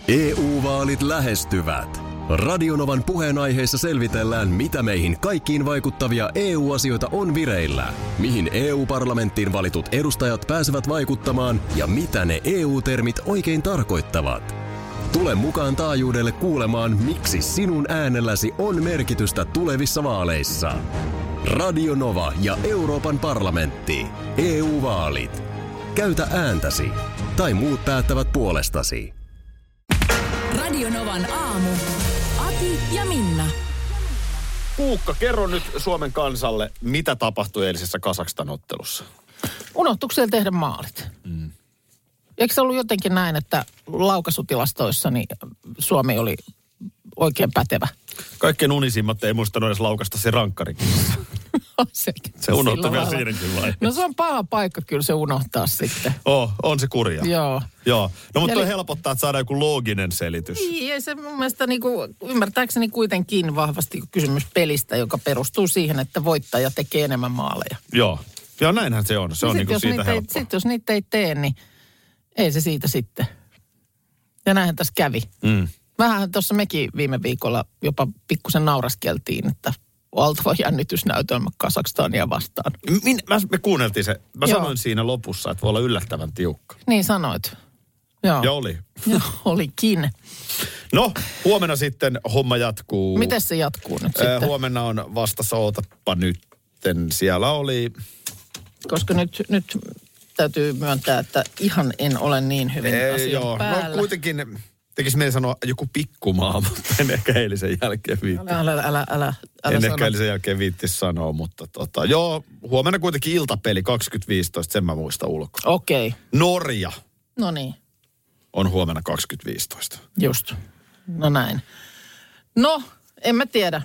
EU-vaalit lähestyvät. Radionovan puheenaiheessa selvitellään, mitä meihin kaikkiin vaikuttavia EU-asioita on vireillä, mihin EU-parlamenttiin valitut edustajat pääsevät vaikuttamaan ja mitä ne EU-termit oikein tarkoittavat. Tule mukaan taajuudelle kuulemaan, miksi sinun äänelläsi on merkitystä tulevissa vaaleissa. Radio Nova ja Euroopan parlamentti. EU-vaalit. Käytä ääntäsi. Tai muut päättävät puolestasi. Radio Novan aamu. Ati ja Minna. Puukka, kerro nyt Suomen kansalle, mitä tapahtui eilisessä Kazakstan-ottelussa? Unohtuiko siellä tehdä maalit? Eikö se ollut jotenkin näin, että laukaisutilastoissa niin Suomi oli oikein pätevä? Kaikkein unisimmat ei muistanut edes laukasta se rankkarikin. Se unohtui vielä siinäkin vai? No se on paha paikka kyllä se unohtaa sitten. On se kurja. Joo. No mutta toi helpottaa, että saadaan joku looginen selitys. Ei se mun mielestä ymmärtääkseni kuitenkin vahvasti kysymys pelistä, joka perustuu siihen, että voittaja tekee enemmän maaleja. Joo, näinhän se on. Se on niinku siitä helppoa. Sitten jos niitä ei tee, niin ei se siitä sitten. Ja näinhän tässä kävi. Vähän tuossa mekin viime viikolla jopa pikkusen nauraskeltiin, että valtava jännitysnäytelmä Kazakstania vastaan. Me kuunneltiin se. Mä sanoin siinä lopussa, että voi olla yllättävän tiukka. Niin sanoit. Joo. Ja oli. Joo, olikin. No, huomenna sitten homma jatkuu. Miten se jatkuu nyt sitten? Huomenna on vastassa, ootappa nytten. Siellä oli... Koska nyt täytyy myöntää, että ihan en ole niin hyvin asian päällä. No kuitenkin... Tekisi meidän sanoa joku pikkumaa, mutta en ehkä eilisen jälkeen viitti. Älä en ehkä eilisen jälkeen viitti sanoa, mutta huomenna kuitenkin iltapeli 2015, sen mä muistan ulkoa. Okei. Norja. No niin. On huomenna 2015. Just. No näin. No, en mä tiedä.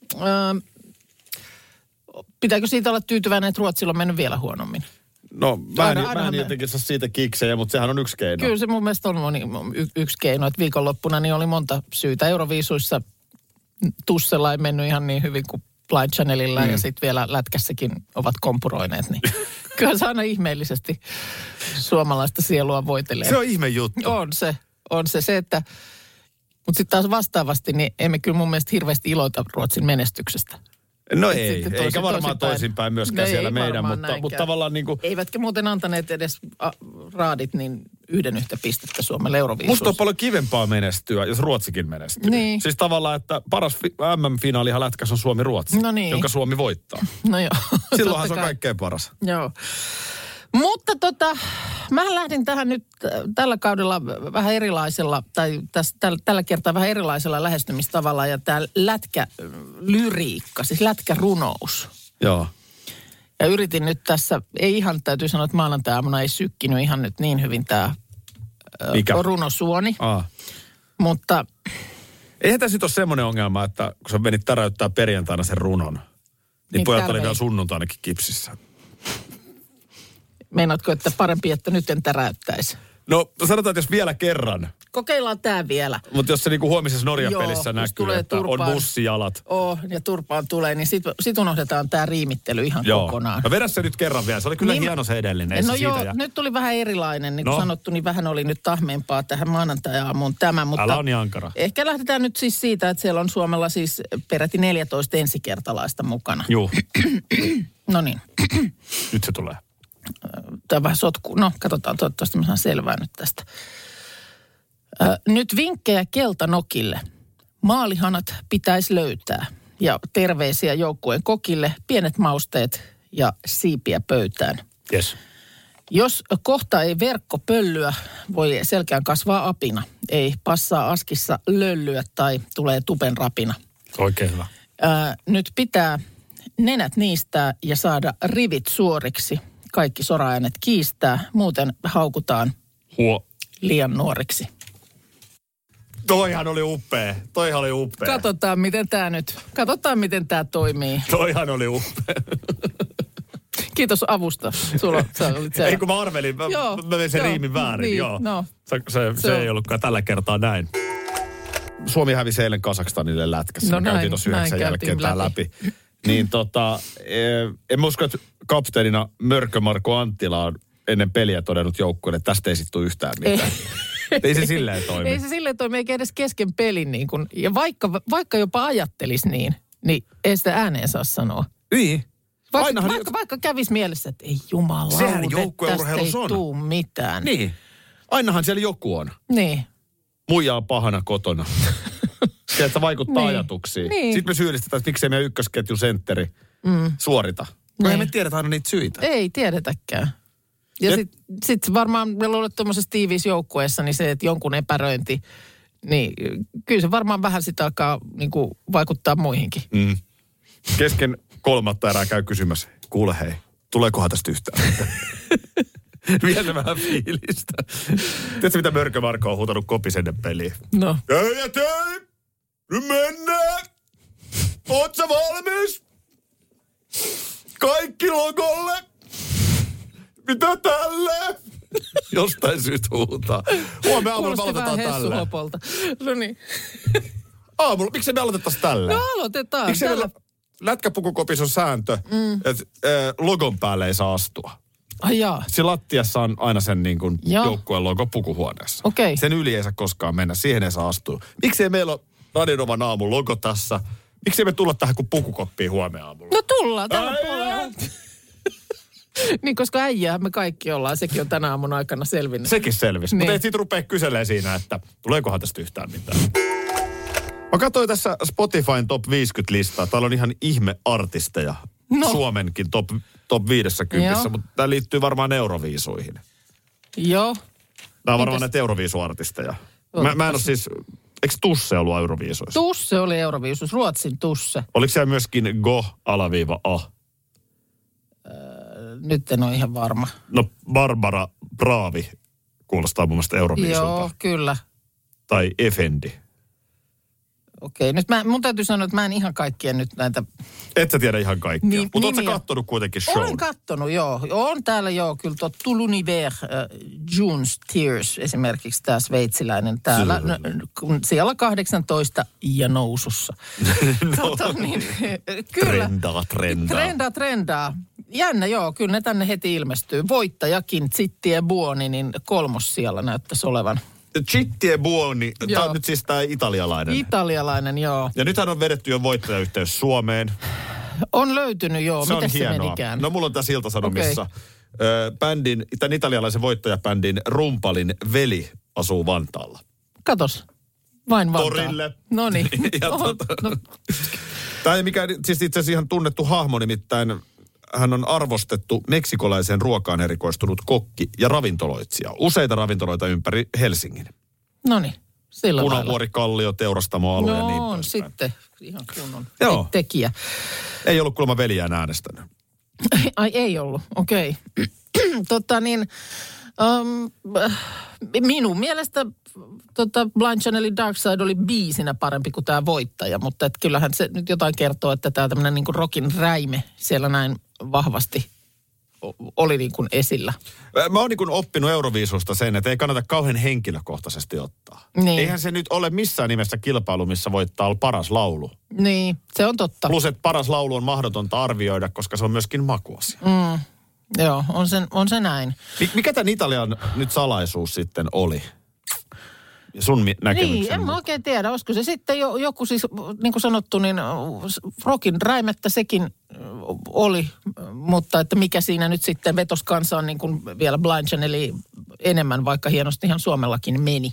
Pitääkö siitä olla tyytyväinen, että Ruotsilla on mennyt vielä huonommin? No, mä en jotenkin saa siitä kiksejä, mutta sehän on yksi keino. Kyllä se mun mielestä on yksi keino, että viikonloppuna niin oli monta syytä. Euroviisuissa Tussella ei mennyt ihan niin hyvin kuin Blind Channelilla ja sitten vielä lätkässäkin ovat kompuroineet. Niin kyllä se aina ihmeellisesti suomalaista sielua voitelee. Se on ihme juttu. On se, että... Mutta sitten taas vastaavasti, niin emme kyllä mun mielestä hirveästi iloita Ruotsin menestyksestä. No ei, eikä varmaan toisinpäin myöskään siellä meidän, mutta tavallaan niin kuin... Eivätkä muuten antaneet edes raadit niin yhtä pistettä Suomelle Euroviisussa. Musta on paljon kivempaa menestyä, jos Ruotsikin menestyy. Niin. Siis tavallaan, että paras MM-finaalihan lätkäs on Suomi-Ruotsi, jonka Suomi voittaa. No joo. Silloinhan se on kaikkein paras. Joo. Mutta mähän lähdin tähän nyt tällä kaudella vähän erilaisella, tai tällä kertaa vähän erilaisella lähestymistavalla, ja tämä lätkälyriikka, siis lätkärunous. Joo. Ja yritin nyt tässä, ei ihan täytyy sanoa, että maanantai-aamuna ei sykkinyt ihan nyt niin hyvin tämä runosuoni. Mutta... Eihän tässä nyt ole semmoinen ongelma, että kun sä menit täräyttää perjantaina sen runon, niin pojat oli vielä sunnuntainakin kipsissä. Meinaatko, että parempi, että nyt en täräyttäisi? No sanotaan, että jos vielä kerran. Kokeillaan tämä vielä. Mutta jos se niinku huomisessa Norjan pelissä näkyy, että turpaan, on bussijalat. Ja turpaan tulee, niin sit unohdetaan tämä riimittely ihan kokonaan. No vedä se nyt kerran vielä. Se oli kyllä hieno se edellinen. No nyt tuli vähän erilainen. Niin kuin sanottu, niin vähän oli nyt tahmeempaa tähän maanantai-aamuun tämä. Mutta älä on niin ankara. Ehkä lähdetään nyt siis siitä, että siellä on Suomella siis peräti 14 ensikertalaista mukana. Joo. No niin. Nyt se tulee. Tämä on vähän sotku. No, katsotaan, toivottavasti mä saan selvää nyt tästä. Nyt vinkkejä keltanokille. Maalihanat pitäisi löytää. Ja terveisiä joukkueen kokille, pienet mausteet ja siipiä pöytään. Yes. Jos kohta ei verkko pöllyä, voi selkään kasvaa apina. Ei passaa askissa löllyä tai tulee tupen rapina. Oikein hyvä. Nyt pitää nenät niistää ja saada rivit suoriksi. Kaikki soraäänet kiistää, muuten haukutaan liian nuoriksi. Toihan oli upea. Katsotaan, miten tämä toimii. Toihan oli upea. Kiitos avusta. Ei kun mä arvelin, mä vein sen riimin väärin. Niin, joo. No. Se ei ollutkaan tällä kertaa näin. Suomi hävisi eilen Kazakstanille lätkässä. No me käytiin tuossa 9 jälkeen tää läpi. Niin en usko, että kapteenina Mörkö Marko Anttila on ennen peliä todennut joukkueelle, että tästä ei sit tule yhtään mitään. Ei se silleen toimi. Ei se silleen toimi, eikä edes kesken pelin niin kuin, ja vaikka jopa ajattelisi niin ei sitä ääneen saa sanoa. Niin. Vaikka kävisi mielessä, että ei jumalaude, tästä ei tuu mitään. Niin. Ainahan siellä joku on. Niin. Muija on pahana kotona. Sieltä vaikuttaa niin. Ajatuksiin. Niin. Sitten me syyllistetään, että miksei meidän ykkösketjun sentteri suorita. Kun ei me tiedetä aina niitä syitä. Ei tiedetäkään. Ja sitten varmaan meillä on tuommoisessa tiiviissä joukkueessa, niin se, että jonkun epäröinti, niin kyllä se varmaan vähän sitä alkaa niin kuin vaikuttaa muihinkin. Mm. Kesken kolmatta erää käy kysymässä, kuule hei, tuleekohan tästä yhtään? Vielä vähän fiilistä. Tiedätkö, mitä Mörkö Marko on huutanut kopis ennen peliä? No. Hei! Nyt mennään! Oot sä valmis? Kaikki logolle! Mitä tälle? Jostain syystä huutaa. Huomenna aamulla me aloitetaan tällä. No niin. Aamulla, miksei me aloitettaisi tällä? No aloitetaan. Miksei meillä lätkäpukukopissa on sääntö, että logon päälle ei saa astua. Ai jaa. Siinä lattiassa on aina sen niin kuin joukkueen logo pukuhuoneessa. Okei. Sen yli ei saa koskaan mennä, siihen ei saa astua. Miksei meillä ole Radio Novan aamun logo tässä? Miksei me tulla tähän kuin pukukoppiin huomenna aamulla? No tullaan tällä puolella. Niin, koska äijää me kaikki ollaan. Sekin on tänä aamun aikana selvinnyt. Sekin selvisi. Niin. Mutta ei siitä rupea kyselemään siinä, että tuleekohan tästä yhtään mitään. Mä katsoin tässä Spotifyn top 50-listaa. Täällä on ihan ihme-artisteja. No. Suomenkin top 50, mutta tämä liittyy varmaan Euroviisuihin. Joo. Tämä on varmaan näitä Euroviisuartisteja. Mä en ole siis... Eikö Tusse ollut Euroviisuissa? Tusse oli Euroviisuissa, Ruotsin Tusse. Oliko siellä myöskin Go-A? Nyt en ole ihan varma. No Barbara Bravi kuulostaa mun mielestä Euroviisulta. Joo, kyllä. Tai Efendi. Okei, nyt mun täytyy sanoa, että mä en ihan kaikkien nyt näitä... Et sä tiedä ihan kaikkia. Mutta ootko sä kattonut kuitenkin shown? Olen kattonut, joo. On täällä kyllä tuo L'Univers, June's Tears esimerkiksi tämä sveitsiläinen täällä. Siellä 18 ja nousussa. Kyllä. Trendaa. Jännä, joo, kyllä ne tänne heti ilmestyy. Voittajakin, Zittie Buoni, niin kolmos siellä näyttäisi olevan. Zittie Buoni, tämä on nyt siis tämä italialainen. Italialainen, joo. Ja nythän on vedetty jo voittajayhteys Suomeen. On löytynyt, joo. Se miten on hienoa. Se menikään? No mulla on tässä Ilta-Sanomissa. Tämän italialaisen voittajabändin Rumpalin veli asuu Vantaalla. Katos, vain Vantaa. Torille. Noniin. Tämä ei mikään, siis itse asiassa ihan tunnettu hahmo, nimittäin hän on arvostettu meksikolaiseen ruokaan erikoistunut kokki ja ravintoloitsija. Useita ravintoloita ympäri Helsingin. Noniin, sillä lailla. Punavuori, Kallio, teurastamoalue ja niin on poispäin. sitten ihan kunnon tekijä. Ei ollut kuulemma veljään äänestänyt. Ai ei ollut, okei. Minun mielestä Blind Channelin Dark Side oli biisinä parempi kuin tämä voittaja, mutta et kyllähän se nyt jotain kertoo, että tämä tämmöinen niin kuin rockin räime siellä näin vahvasti oli niin kuin esillä. Mä oon niin kuin oppinut Euroviisusta sen, että ei kannata kauhean henkilökohtaisesti ottaa. Niin. Eihän se nyt ole missään nimessä kilpailu, missä voittaa paras laulu. Niin, se on totta. Plus, että paras laulu on mahdotonta arvioida, koska se on myöskin makuasia. Joo, on se näin. Mikä tämän Italian nyt salaisuus sitten oli? Sun näkemyksen. Niin, en mä oikein tiedä. Olisiko se sitten joku siis, niin kuin sanottu, niin rockin räimettä sekin oli. Mutta että mikä siinä nyt sitten vetosi kansaan niin kuin vielä Blind Channeli enemmän, vaikka hienosti ihan Suomellakin meni.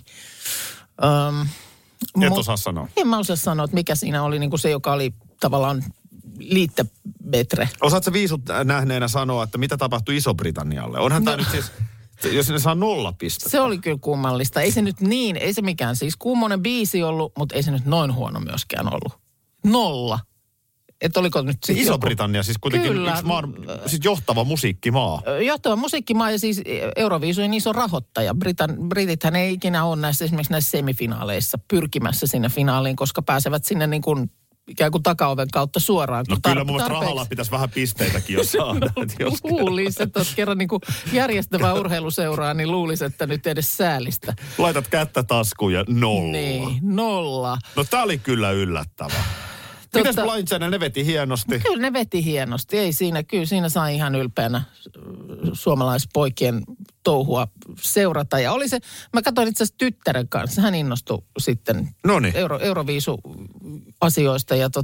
Et osaa sanoa. En mä osaa sanoa, että mikä siinä oli niin kuin se, joka oli tavallaan liittebetre. Osaatko viisut nähneenä sanoa, että mitä tapahtui Iso-Britannialle? Onhan tämä nyt siis... Jos ne saa 0 pistettä. Se oli kyllä kummallista. Ei se nyt niin, ei se mikään siis kummonen biisi ollut, mutta ei se nyt noin huono myöskään ollut. 0. Että oliko nyt siis Iso-Britannia siis kuitenkin yksi maan siis johtava musiikkimaa. Johtava musiikkimaa ja siis Euroviisujen iso rahoittaja. Britithän ei ikinä ole näissä esimerkiksi näissä semifinaaleissa pyrkimässä sinne finaaliin, koska pääsevät sinne niin kuin ikään kuin takaoven kautta suoraan. No kyllä mun mielestä rahalla pitäisi vähän pisteitäkin jo saada. Luulisi, että olet kerran niin kuin järjestävää urheiluseuraa, niin luulisi, että nyt edes säälistä. Laitat kättä taskuun ja 0. Niin, 0. No tää oli kyllä yllättävä. Mites Blind Channel, ne veti hienosti? Kyllä ne veti hienosti. Ei siinä, kyllä siinä sai ihan ylpeänä suomalaispoikien touhua seurata. Ja oli se, mä katsoin itse asiassa tyttären kanssa, hän innostui sitten Euroviisu-asioista ja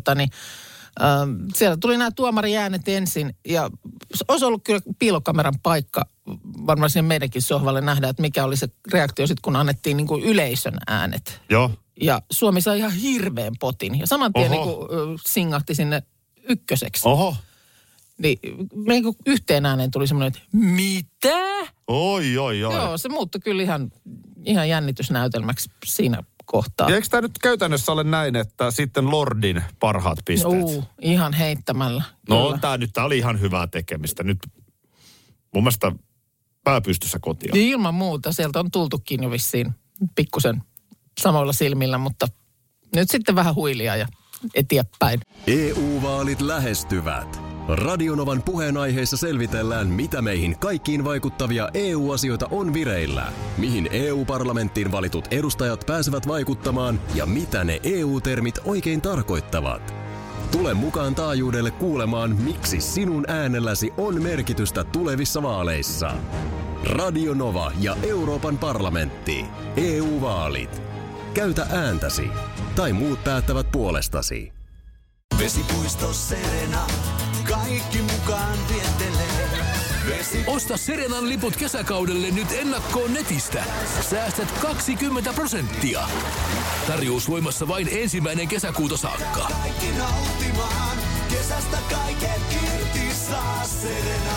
siellä tuli nämä tuomariäänet ensin ja olisi ollut kyllä piilokameran paikka varmaan siihen meidänkin sohvalle nähdä, että mikä oli se reaktio sitten, kun annettiin niin kuin yleisön äänet. Joo. Ja Suomi sai ihan hirveän potin ja saman tien niin kuin singahti sinne ykköseksi. Oho. Niin niin kuin yhteen ääneen tuli semmoinen, että mitä? Oi. Joo, se muuttui kyllä ihan jännitysnäytelmäksi siinä kohtaa. Ja eikö tämä nyt käytännössä ole näin, että sitten Lordin parhaat pisteet? Ihan heittämällä. No tämä oli ihan hyvää tekemistä. Nyt mun mielestä pääpystyssä kotia. Ilman muuta. Sieltä on tultukin jo vissiin pikkusen samoilla silmillä, mutta nyt sitten vähän huilia ja eteenpäin. EU-vaalit lähestyvät. Radionovan puheenaiheessa selvitellään, mitä meihin kaikkiin vaikuttavia EU-asioita on vireillä, mihin EU-parlamenttiin valitut edustajat pääsevät vaikuttamaan ja mitä ne EU-termit oikein tarkoittavat. Tule mukaan taajuudelle kuulemaan, miksi sinun äänelläsi on merkitystä tulevissa vaaleissa. Radio Nova ja Euroopan parlamentti. EU-vaalit. Käytä ääntäsi. Tai muut päättävät puolestasi. Vesipuisto Serena. Kaikki mukaan viettelee. Osta Serenan liput kesäkaudelle nyt ennakkoon netistä. Säästät 20%. Tarjous voimassa vain 1. kesäkuuta saakka. Kaikki nauttimaan. Kesästä kaiken irti saa Serena.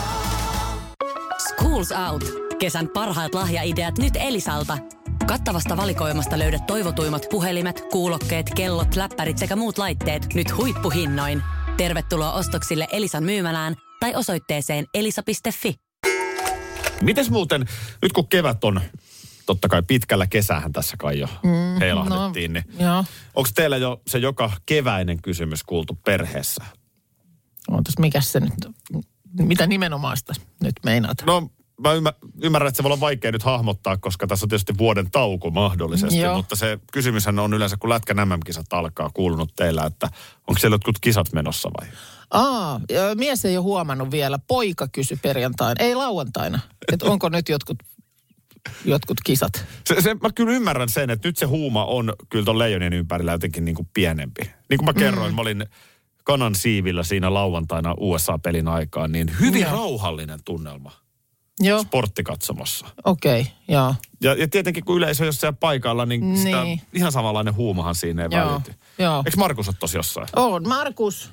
Schools Out. Kesän parhaat lahjaideat nyt Elisalta. Kattavasta valikoimasta löydät toivotuimmat puhelimet, kuulokkeet, kellot, läppärit sekä muut laitteet nyt huippuhinnoin. Tervetuloa ostoksille Elisan myymälään tai osoitteeseen elisa.fi. Mites muuten, nyt kun kevät on, totta kai pitkällä kesähän tässä kai jo heilahdettiin, niin onko teillä jo se joka keväinen kysymys kuultu perheessä? Ootas, mikäs se nyt, mitä nimenomaista nyt meinaat? No, mä ymmärrän, että se voi olla vaikea nyt hahmottaa, koska tässä on tietysti vuoden tauko mahdollisesti, mutta se kysymyshän on yleensä, kun Lätkän MM-kisat alkaa, kuulunut teillä, että onko siellä jotkut kisat menossa vai? Mies ei ole huomannut vielä. Poika kysyi perjantaina, ei lauantaina, että onko nyt jotkut kisat. Mä kyllä ymmärrän sen, että nyt se huuma on kyllä ton leijonien ympärillä jotenkin niin kuin pienempi. Niin kuin mä kerroin, mä olin kanan siivillä siinä lauantaina USA-pelin aikaan, niin hyvin rauhallinen tunnelma. Joo. Sporttikatsomossa. Okei, joo. Ja tietenkin kun yleisö on jossain paikalla, niin sitä ihan samanlainen huumahan siinä ei välity. Joo. Eikö Markus ole tossa jossain? On, Markus.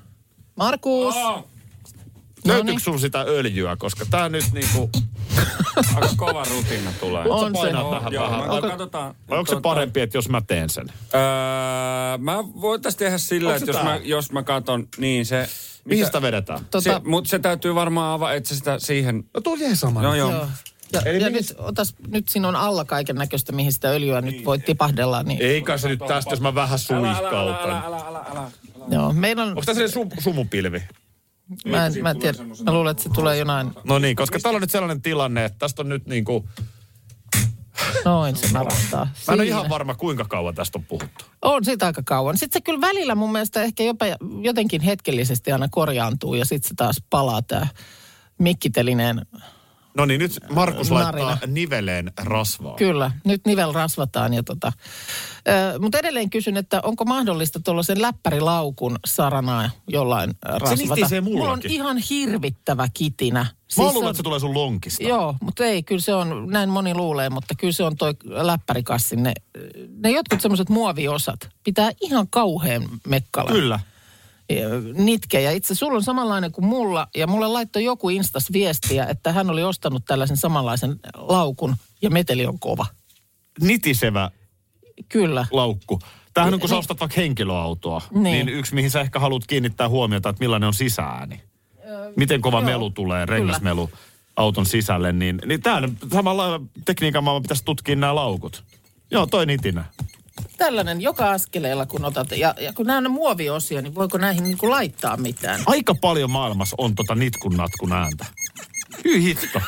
Löytyykö sun sitä öljyä, koska tää nyt niinku aika kova rutiina tulee. On se. Vai onko se parempi, että jos mä teen sen? Mä voitais tehdä sillä, että jos mä katon, niin se... Mihin sitä vedetään? Mutta se täytyy varmaan avaa, että sitä siihen... No tuo jäi samana. No joo. Ja nyt siinä on alla kaiken näköistä, mihin sitä öljyä nyt voi tipahdella. Niin... Eikä se nyt tästä, jos mä vähän suihkautan. Älä. Joo, meillä on... Onko tässä sumupilvi? Mä en tiedä. Mä luulen, että se tulee jonain... No niin, koska täällä on nyt sellainen tilanne, että tästä on nyt niinku... Noin se narahtaa. Mä en ole ihan varma, kuinka kauan tästä on puhuttu. On siitä aika kauan. Sitten se kyllä välillä mun mielestä ehkä jopa jotenkin hetkellisesti aina korjaantuu ja sitten se taas palaa tää mikkitelineen. No niin, nyt Markus laittaa niveleen rasvaa. Kyllä, nyt nivel rasvataan. Mutta edelleen kysyn, että onko mahdollista tuollaisen läppärilaukun saranaa jollain rasvata? Se nitisee mullakin. Mulla on ihan hirvittävä kitinä. Mä luulen, että se tulee sun lonkista. Joo, mutta ei, kyllä se on, näin moni luulee, mutta kyllä se on toi läppärikassin. Ne jotkut semmoiset muoviosat pitää ihan kauhean mekkala. Kyllä. Nitkejä. Itse sulla on samanlainen kuin mulla, ja mulle laittoi joku Instas viestiä, että hän oli ostanut tällaisen samanlaisen laukun, ja meteli on kova. Nitisevä Kyllä. laukku. Tämähän on, kun sä ostat vaikka henkilöautoa, niin yksi, mihin sä ehkä haluat kiinnittää huomiota, että millainen on sisääni. Miten kova melu tulee, rengasmelu auton sisälle, niin tämä samalla tekniikan pitäisi tutkia nämä laukut. Joo, toi nitinä. Tällainen joka askeleella, kun otat, ja kun nämä on muoviosia, niin voiko näihin niin kuin laittaa mitään? Aika paljon maailmassa on nitkun natkun ääntä. Hyi hitto.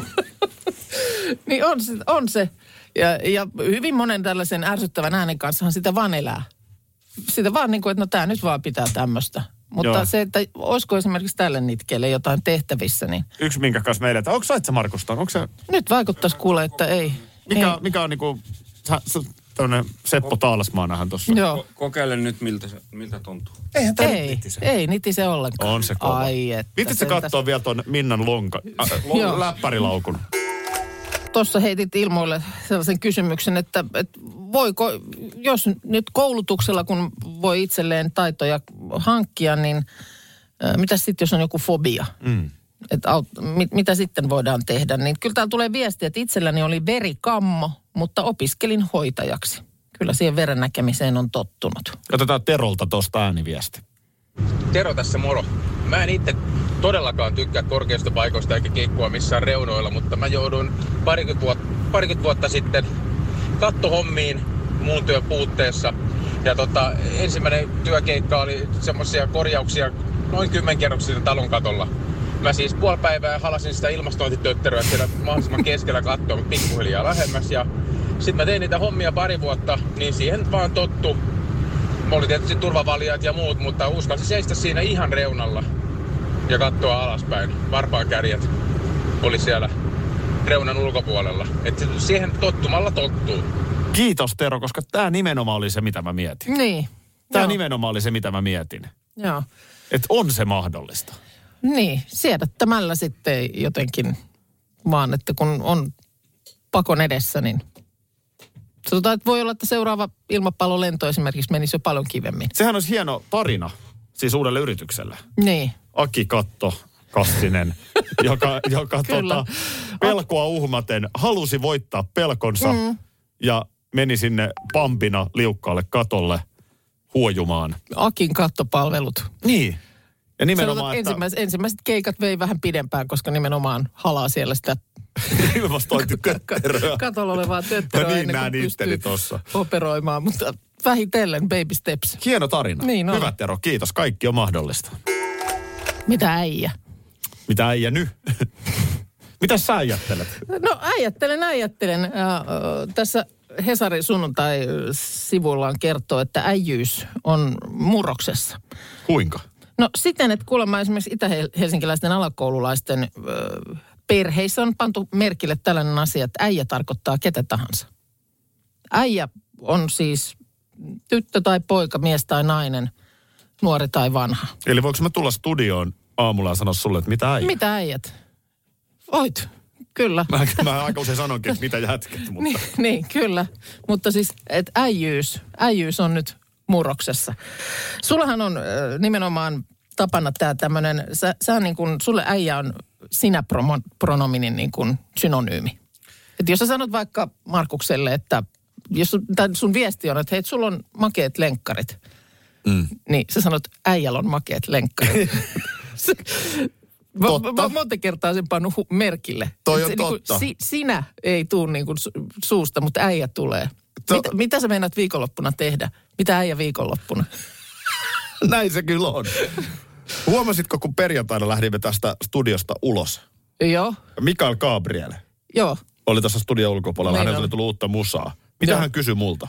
Niin on se. Ja hyvin monen tällaisen ärsyttävän äänen kanssahan sitä vaan elää. Sitä vaan niin kuin, että no tämä nyt vaan pitää tämmöistä. Mutta se, että olisiko esimerkiksi tälle nitkeelle jotain tehtävissä, niin... Yksi minkä kanssa meidän, onko sait sä Markustaan? Onko se... Nyt vaikuttaisi kuule, että ei. Mikä on niinku... Tämmöinen Seppo Taalasmaanahan tuossa. Joo. Kokeile nyt, miltä tuntuu. Eihän tämä nitise. Ei nitise ollenkaan. On se kova. Viitit sä katsoa vielä tuon Minnan läppärilaukun? Tuossa heitit ilmoille sellaisen kysymyksen, että voiko, jos nyt koulutuksella, kun voi itselleen taitoja hankkia, niin mitä sitten, jos on joku fobia? Mitä sitten voidaan tehdä? Niin kyllä täällä tulee viesti, että itselläni oli verikammo, mutta opiskelin hoitajaksi. Kyllä siihen veren näkemiseen on tottunut. Otetaan Terolta tuosta ääniviesti. Tero tässä moro. Mä en itse todellakaan tykkää korkeista paikoista eikä keikkua missään reunoilla, mutta mä jouduin parikymmentä vuotta sitten kattohommiin muun työn puutteessa. Ja ensimmäinen työkeikka oli semmoisia korjauksia noin 10-kerroksisen talon katolla. Mä siis puoli päivää halasin sitä ilmastointitötteröä siellä mahdollisimman keskellä kattoa, mutta pikkuhiljaa lähemmäs. Ja sit mä tein niitä hommia pari vuotta, niin siihen vaan tottu. Mä oli tietysti turvavalijat ja muut, mutta uskalsin seistä siinä ihan reunalla ja katsoa alaspäin. Varpaan kärjet oli siellä reunan ulkopuolella. Että siihen tottumalla tottuu. Kiitos Tero, koska tää nimenomaan oli se, mitä mä mietin. Niin. Tää nimenomaan oli se, mitä mä mietin. Joo. Että on se mahdollista. Niin, siedättämällä sitten jotenkin vaan, että kun on pakon edessä, niin sanotaan, että voi olla, että seuraava ilmapallolento esimerkiksi menisi jo paljon kivemmin. Sehän olisi hieno tarina, siis uudelle yritykselle. Niin. Aki Katto Kassinen, joka pelkoa uhmaten halusi voittaa pelkonsa ja meni sinne pampina liukkaalle katolle huojumaan. Akin kattopalvelut. Niin. Ja nimenomaan, ensimmäiset keikat vei vähän pidempään, koska nimenomaan halaa siellä sitä ilmastointitötteröä. Katolla olevaa tötteröä niin ennen kuin pystyy operoimaan, mutta vähitellen baby steps. Hieno tarina. Niin on. Hyvä Tero, kiitos. Kaikki on mahdollista. Mitä äijä? Mitä äijä nyt? Mitä sä ajattelet? No ajattelen. Tässä Hesarin sunnuntai-sivullaan kertoo, että äijyys on murroksessa. Kuinka? No siten, että kuulemma esimerkiksi itä-helsinkiläisten alakoululaisten perheissä on pantu merkille tällainen asia, että äijä tarkoittaa ketä tahansa. Äijä on siis tyttö tai poika, mies tai nainen, nuori tai vanha. Eli voinko mä tulla studioon aamulla ja sanoa sulle, että mitä äijä? Mitä äijät? Voit, kyllä. Mä aika usein sanonkin, että mitä jätket, mutta... niin, kyllä. Mutta siis, että äijyys on nyt murroksessa. Sullahan on nimenomaan tapana tämä tämmöinen, sä niin kuin, sulle äijä on sinä-pronominin niin kuin synonyymi. Että jos sä sanot vaikka Markukselle, että jos sun viesti on, että hei, sulla on makeet lenkkarit, niin sä sanot, äijällä on makeet lenkkarit. Mä monta kertaa sen pannut merkille. Toi on totta. Niin sinä ei tuu niin kuin suusta, mutta äijä tulee. Mitä sä meinaat viikonloppuna tehdä? Mitä äijä viikonloppuna? Näin se kyllä on. Huomasitko, kun perjantaina lähdimme tästä studiosta ulos? Joo. Mikael Gabriel. Joo. Oli tässä studion ulkopuolella. Häneltä oli tullut uutta musaa. Mitä hän kysyi multa?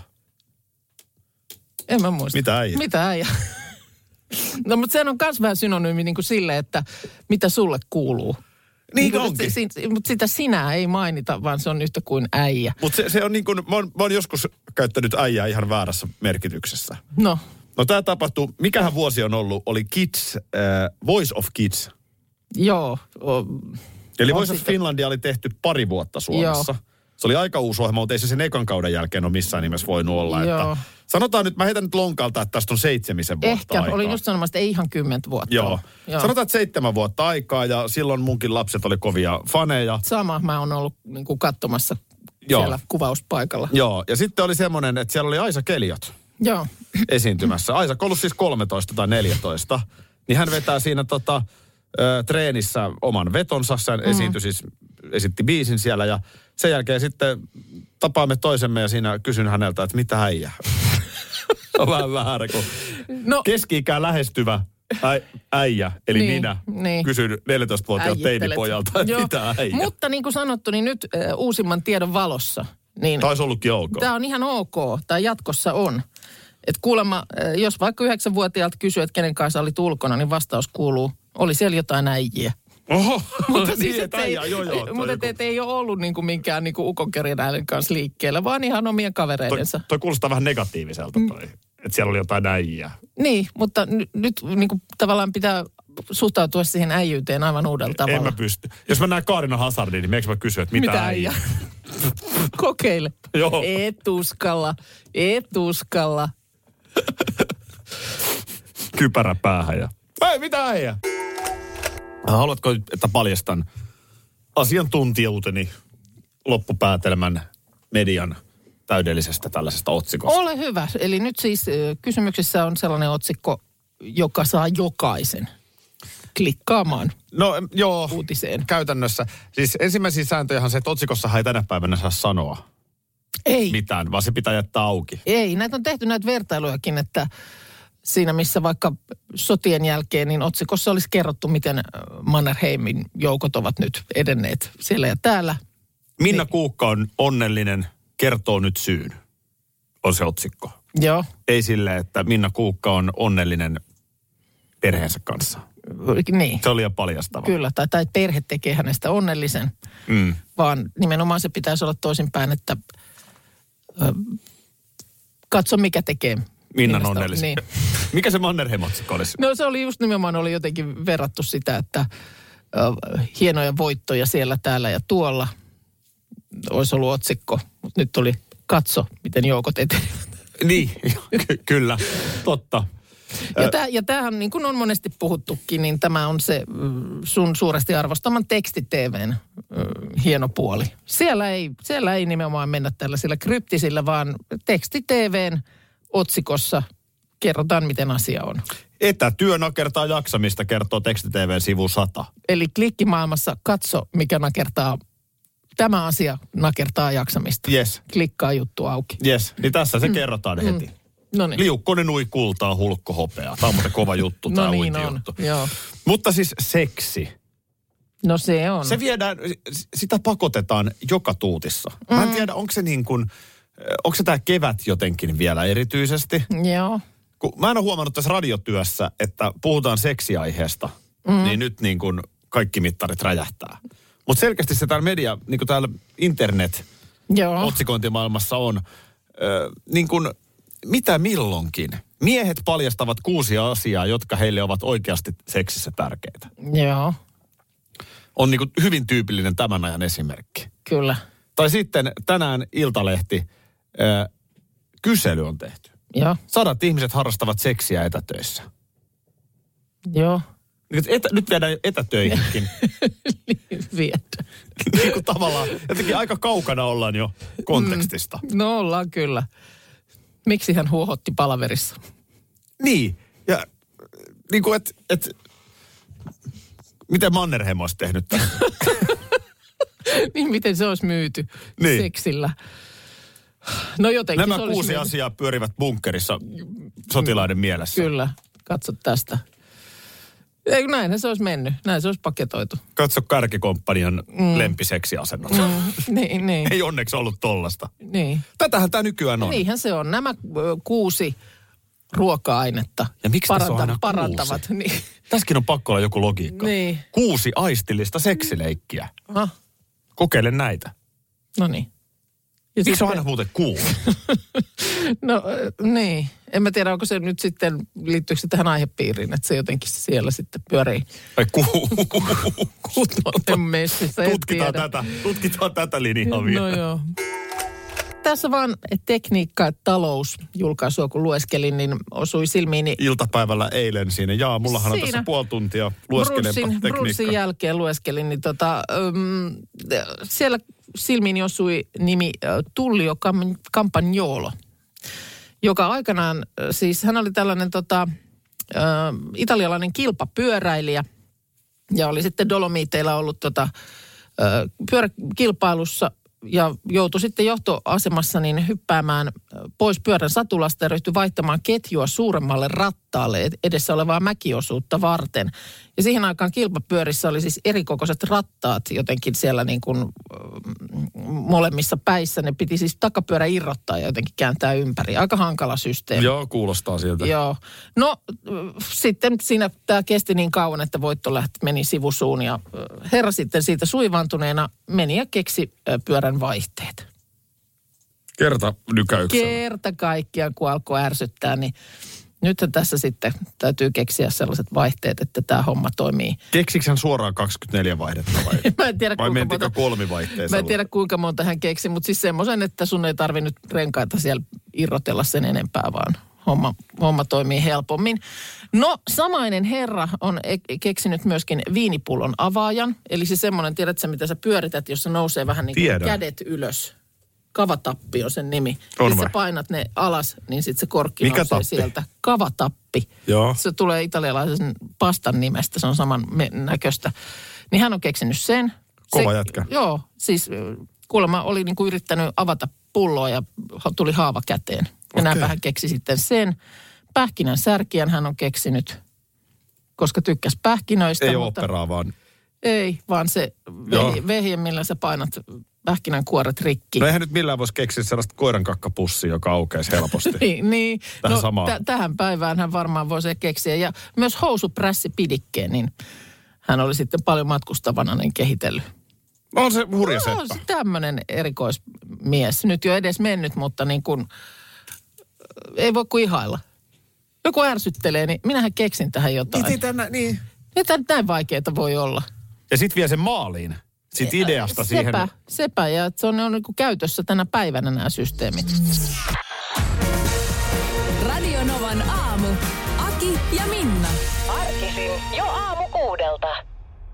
En mä muista. Mitä äijä? No, mutta sehän on myös vähän synonyymi niin kuin sille, että mitä sulle kuuluu. Niin onkin. Mutta sitä sinä ei mainita, vaan se on yhtä kuin äijä. Mutta se on niin kuin, mä oon joskus käyttänyt äijää ihan väärässä merkityksessä. No tämä tapahtui, mikähän vuosi on ollut, oli Kids, Voice of Kids. Joo. Eli Voice of Finlandia oli tehty 2 vuotta Suomessa. Joo. Se oli aika uusi ohjelma, mutta ei se sen ekan kauden jälkeen ole missään nimessä voinut olla. Että sanotaan nyt, mä heitän nyt lonkalta, että tästä on 7 vuotta ehkä, aikaa. olin just sanomassa, että ei ihan 10 vuotta. Joo. Sanotaan, että 7 vuotta aikaa ja silloin munkin lapset oli kovia faneja. Sama, mä oon ollut niin kuin katsomassa siellä kuvauspaikalla. Joo, ja sitten oli semmoinen, että siellä oli Aisa Keliot esiintymässä. Aisa on ollut siis 13 tai 14, niin hän vetää siinä treenissä oman vetonsa. Hän esitti biisin siellä ja sen jälkeen sitten tapaamme toisemme ja siinä kysyn häneltä, että mitä äijä? On vähän väärä, kun keski-ikään lähestyvä äijä, eli minä, kysyn 14-vuotiaalta teinipojalta, että mitä äijä? Mutta niin kuin sanottu, niin nyt uusimman tiedon valossa. Niin taisi ollutkin ok. Tämä on ihan ok, tai jatkossa on. Että kuulemma, jos vaikka 9-vuotiaalta kysyy, että kenen kanssa olit ulkona, niin vastaus kuuluu, oli siellä jotain äijiä. Oho, mutta niin, siis, ei ole ollut niinku minkään niinku ukonkerinäiden kanssa liikkeellä, vaan ihan omien kavereidensa. Toi kuulostaa vähän negatiiviselta toi, että siellä oli jotain äijiä. Niin, mutta nyt niinku tavallaan pitää suhtautua siihen äijyyteen aivan uudella tavalla. En mä pysty. Jos mä näen Kaarina Hazardin, niin meikö mä kysyä, että mitä äijä? Kokeile. Joo. Et uskalla. Kypärä päähän ja... Ei, mitä äijä? Haluatko, että paljastan asiantuntijuuteni loppupäätelmän median täydellisestä tällaisesta otsikosta? Ole hyvä. Eli nyt siis kysymyksessä on sellainen otsikko, joka saa jokaisen klikkaamaan uutiseen. Käytännössä. Siis ensimmäisiä sääntöjähän se, että otsikossahan ei tänä päivänä saa sanoa mitään, vaan se pitää jättää auki. Ei, näitä on tehty näitä vertailujakin, että siinä missä vaikka sotien jälkeen, niin otsikossa olisi kerrottu, miten Mannerheimin joukot ovat nyt edenneet siellä ja täällä. Minna Kuukka on onnellinen, kertoo nyt syyn, on se otsikko. Joo. Ei silleen, että Minna Kuukka on onnellinen perheensä kanssa. Niin. Se oli liian paljastava. Kyllä, tai perhe tekee hänestä onnellisen, vaan nimenomaan se pitäisi olla toisinpäin, että katso mikä tekee Minnan onnellisen. Niin. Mikä se Mannerheim-otsikko olisi? No se oli just nimenomaan, oli jotenkin verrattu sitä, että hienoja voittoja siellä, täällä ja tuolla olisi ollut otsikko, mutta nyt oli katso, miten joukot etenevät. Niin, kyllä, totta. Ja tämähän niin kuin on monesti puhuttukin, niin tämä on se sun suuresti arvostaman teksti-TVn hieno puoli. Siellä ei nimenomaan mennä tällaisilla kryptisillä, vaan teksti-TVn otsikossa kerrotaan, miten asia on. Etätyö nakertaa jaksamista, kertoo teksti-TVn sivu 100. Eli klikkimaailmassa katso, mikä nakertaa, tämä asia nakertaa jaksamista. Yes. Klikkaa juttu auki. Yes, niin tässä se kerrotaan heti. Noniin. Liukkonen ui kultaa, hulkko hopeaa. Tämä on muuten kova juttu, tämä uintijuttu. Joo. Mutta siis seksi. No se on. Se viedään, sitä pakotetaan joka tuutissa. Mä en tiedä, onko se niin kuin, onko se tämä kevät jotenkin vielä erityisesti? Joo. Mä en ole huomannut tässä radiotyössä, että puhutaan seksiaiheesta, niin nyt niin kuin kaikki mittarit räjähtää. Mutta selkeästi se täällä media, niin kuin täällä internet-otsikointimaailmassa on, niin kuin mitä milloinkin. Miehet paljastavat 6 asiaa, jotka heille ovat oikeasti seksissä tärkeitä. Joo. On niin kuin hyvin tyypillinen tämän ajan esimerkki. Kyllä. Tai sitten tänään Iltalehti, kysely on tehty. Joo. 100 ihmiset harrastavat seksiä etätöissä. Joo. Nyt viedään etätöihinkin. Viedään. Niin kuin tavallaan, jotenkin aika kaukana ollaan jo kontekstista. No ollaan kyllä. Miksi hän huohotti palaverissa? Niin. Ja niin kuin, että miten Mannerheim olisi tehnyt tämän? Niin miten se olisi myyty seksillä? No jotenkin nämä 6 asiaa pyörivät bunkkerissa sotilaiden mielessä. Kyllä, katso tästä. Ei, näinhän se olisi mennyt. Näin se olisi paketoitu. Katso Kärkikomppanian lempiseksiasennot. Niin. Ei onneksi ollut tollasta. Niin. Tätähän tämä nykyään on. Niinhän se on. Nämä 6 ruoka-ainetta ja miksi tässä on aina parantavat. Niin. Tässäkin on pakko olla joku logiikka. Niin. 6 aistillista seksileikkiä. Kokeile näitä. No niin. Miksi se on aina muuten 6? No niin. En mä tiedä, onko se nyt sitten, liittyykö se tähän aihepiiriin, että se jotenkin siellä sitten pyörii. Ai kuutonen messissä, Tutkitaan tätä linjaa vielä. No joo. Tässä vaan tekniikka, talous julkaisua, kun lueskelin, niin osui silmiini. Iltapäivällä eilen siinä. Jaa, mullahan on tässä puoli tuntia lueskelempa tekniikkaa. Brucein jälkeen lueskelin, niin siellä silmiini osui nimi Tullio Campagnolo, joka aikanaan, siis hän oli tällainen italialainen kilpapyöräilijä ja oli sitten Dolomiteilla ollut pyöräkilpailussa ja joutui sitten johtoasemassa niin hyppäämään pois pyörän satulasta ja ryhtyi vaihtamaan ketjua suuremmalle rattaille. rattaalle edessä olevaa mäkiosuutta varten. Ja siihen aikaan kilpapyörissä oli siis erikokoiset rattaat jotenkin siellä niin kuin molemmissa päissä. Ne piti siis takapyörä irrottaa ja jotenkin kääntää ympäri. Aika hankala systeemi. Joo, kuulostaa siltä. Joo. No sitten siinä tämä kesti niin kauan, että voitto meni sivusuun ja herra sitten siitä suivaantuneena meni ja keksi pyörän vaihteet. Kerta nykäyksellä. Kerta kaikkiaan, kun alkoi ärsyttää, niin nythän tässä sitten täytyy keksiä sellaiset vaihteet, että tämä homma toimii. Keksikö hän suoraan 24 vaihdetta vai? Mä en tiedä, vai mentikö kolmivaihteeseen? Mä en tiedä, kuinka monta hän keksi, mutta siis semmoisen, että sun ei tarvi nyt renkaita siellä irrotella sen enempää, vaan homma toimii helpommin. No, samainen herra on keksinyt myöskin viinipullon avaajan. Eli se semmoinen, tiedätkö mitä sä pyörität, jossa nousee vähän niin kuin kädet ylös. Kavatappi on sen nimi. Jos sä painat ne alas, niin sitten se korkki nousee tappi? Sieltä. Kavatappi. Joo. Se tulee italialaisen pastan nimestä, se on saman näköistä. Niin hän on keksinyt sen. Kova jätkä. Joo, siis kuulemma oli niin kuin yrittänyt avata pulloa ja tuli haava käteen. Ja näinpä hän keksi sitten sen. Pähkinän särkijän hän on keksinyt, koska tykkäsi pähkinöistä. Ei operaa vaan. Ei, vaan se vehje, millä sä painat pähkinän kuoret rikki. No eihän nyt millään voisi keksiä sellaista koirankakkapussiä, joka aukeisi helposti. niin. Tähän samaan. Tähän päivään hän varmaan voisi keksiä. Ja myös housuprässipidikkeen, niin hän oli sitten paljon matkustavana niin kehitellyt. On se hurja seppä. On se tämmöinen erikoismies. Nyt jo edes mennyt, mutta niin kuin ei voi kuin ihailla. Joku ärsyttelee, niin minähän keksin tähän jotain. Niin. Näin vaikeaa voi olla. Ja sitten vie sen maaliin. Sitten ideasta siihen. Sepä, ja se on niin kuin käytössä tänä päivänä nämä systeemit. Radio Novan aamu. Aki ja Minna. Arkisin jo 6:00.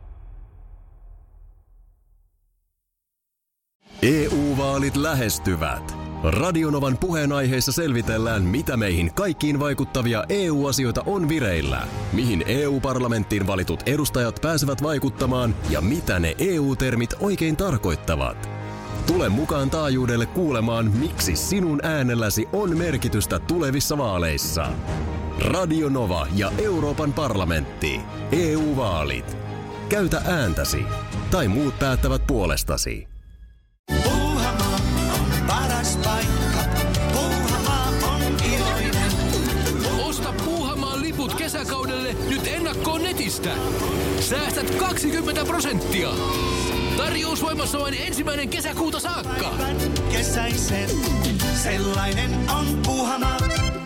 EU-vaalit lähestyvät. Radionovan puheenaiheessa selvitellään, mitä meihin kaikkiin vaikuttavia EU-asioita on vireillä, mihin EU-parlamenttiin valitut edustajat pääsevät vaikuttamaan ja mitä ne EU-termit oikein tarkoittavat. Tule mukaan taajuudelle kuulemaan, miksi sinun äänelläsi on merkitystä tulevissa vaaleissa. Radio Nova ja Euroopan parlamentti. EU-vaalit. Käytä ääntäsi. Tai muut päättävät puolestasi. Puuhamaa on paras paikka. Puuhamaa on iloinen. Osta Puuhamaan liput kesäkaudelle nyt ennakkoon netistä. Säästät 20%. Tarjous voimassa vain 1. kesäkuuta saakka. Kesäisen, sellainen on Puuhamaa.